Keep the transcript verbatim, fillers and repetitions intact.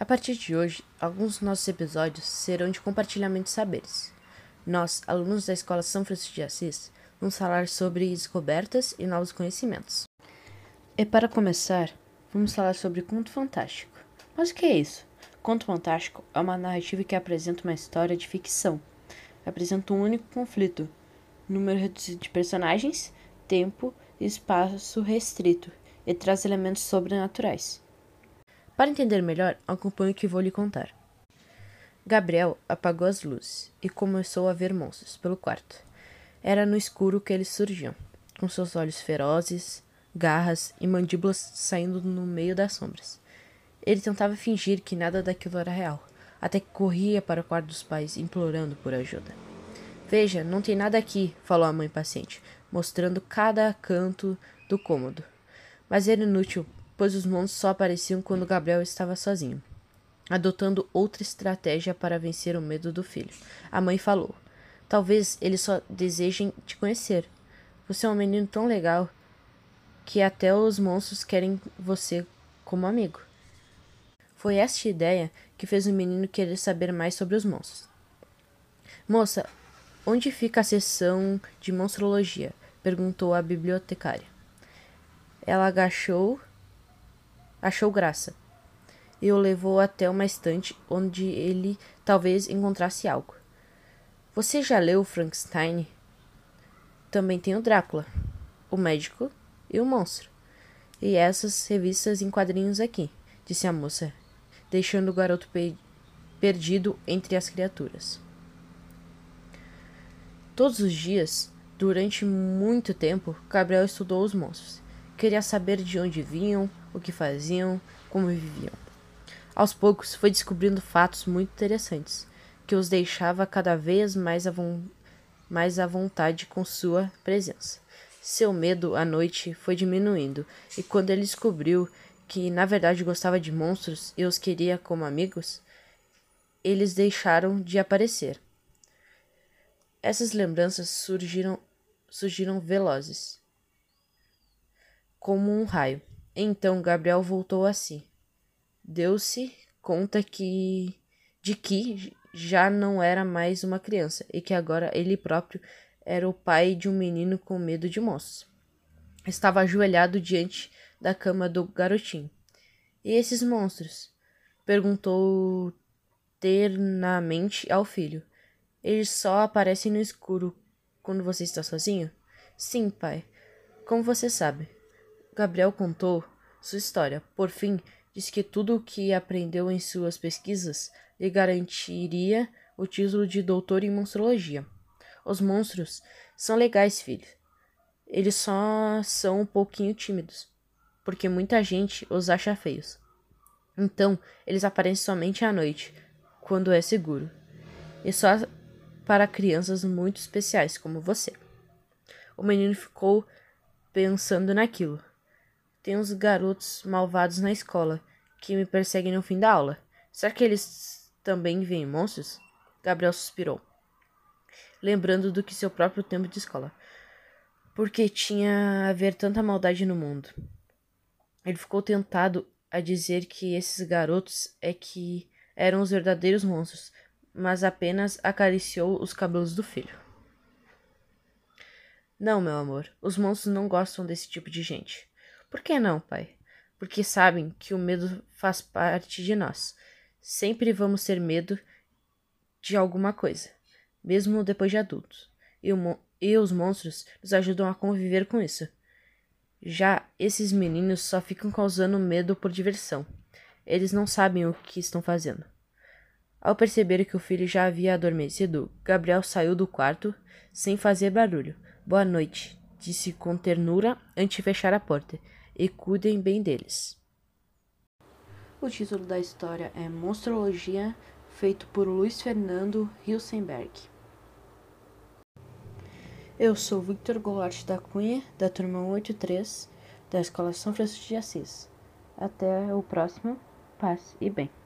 A partir de hoje, alguns dos nossos episódios serão de compartilhamento de saberes. Nós, alunos da Escola São Francisco de Assis, vamos falar sobre descobertas e novos conhecimentos. E para começar, vamos falar sobre conto fantástico. Mas o que é isso? Conto fantástico é uma narrativa que apresenta uma história de ficção. Apresenta um único conflito, número reduzido de personagens, tempo e espaço restrito, e traz elementos sobrenaturais. Para entender melhor, acompanhe o que vou lhe contar. Gabriel apagou as luzes e começou a ver monstros pelo quarto. Era no escuro que eles surgiam, com seus olhos ferozes, garras e mandíbulas saindo no meio das sombras. Ele tentava fingir que nada daquilo era real, até que corria para o quarto dos pais, implorando por ajuda. Veja, não tem nada aqui, falou a mãe paciente, mostrando cada canto do cômodo. Mas era inútil, pois os monstros só apareciam quando Gabriel estava sozinho, adotando outra estratégia para vencer o medo do filho. A mãe falou: talvez eles só desejem te conhecer. Você é um menino tão legal que até os monstros querem você como amigo. Foi esta ideia que fez o menino querer saber mais sobre os monstros. Moça, onde fica a seção de monstrologia? Perguntou a bibliotecária. Ela agachou, achou graça e o levou até uma estante onde ele talvez encontrasse algo. Você já leu Frankenstein? Também tem o Drácula, o médico e o monstro. E essas revistas em quadrinhos aqui, disse a moça, deixando o garoto pe- perdido entre as criaturas. Todos os dias, durante muito tempo, Gabriel estudou os monstros. Queria saber de onde vinham, o que faziam, como viviam. Aos poucos, foi descobrindo fatos muito interessantes, que os deixava cada vez mais à, vo- mais à vontade com sua presença. Seu medo à noite foi diminuindo, e quando ele descobriu que na verdade gostava de monstros e os queria como amigos, eles deixaram de aparecer. Essas lembranças surgiram, surgiram velozes, como um raio. Então Gabriel voltou a si. Deu-se conta que de que já não era mais uma criança e que agora ele próprio era o pai de um menino com medo de monstros. Estava ajoelhado diante da cama do garotinho. E esses monstros? Perguntou ternamente ao filho. Eles só aparecem no escuro quando você está sozinho? Sim, pai. Como você sabe? Gabriel contou sua história. Por fim, disse que tudo o que aprendeu em suas pesquisas lhe garantiria o título de doutor em monstrologia. Os monstros são legais, filho. Eles só são um pouquinho tímidos, porque muita gente os acha feios. Então, eles aparecem somente à noite, quando é seguro. E só para crianças muito especiais como você. O menino ficou pensando naquilo. Tem uns garotos malvados na escola que me perseguem no fim da aula. Será que eles também veem monstros? Gabriel suspirou, lembrando do que seu próprio tempo de escola. Porque tinha a haver tanta maldade no mundo. Ele ficou tentado a dizer que esses garotos é que eram os verdadeiros monstros, mas apenas acariciou os cabelos do filho. Não, meu amor, os monstros não gostam desse tipo de gente. Por que não, pai? Porque sabem que o medo faz parte de nós. Sempre vamos ter medo de alguma coisa, mesmo depois de adultos. E, o, e os monstros nos ajudam a conviver com isso. Já esses meninos só ficam causando medo por diversão. Eles não sabem o que estão fazendo. Ao perceber que o filho já havia adormecido, Gabriel saiu do quarto sem fazer barulho. Boa noite, disse com ternura antes de fechar a porta. E cuidem bem deles. O título da história é Monstrologia, feito por Luiz Fernando Hilsenberg. Eu sou Victor Goulart da Cunha, da turma cento e oitenta e três, da Escola São Francisco de Assis. Até o próximo. Paz e bem.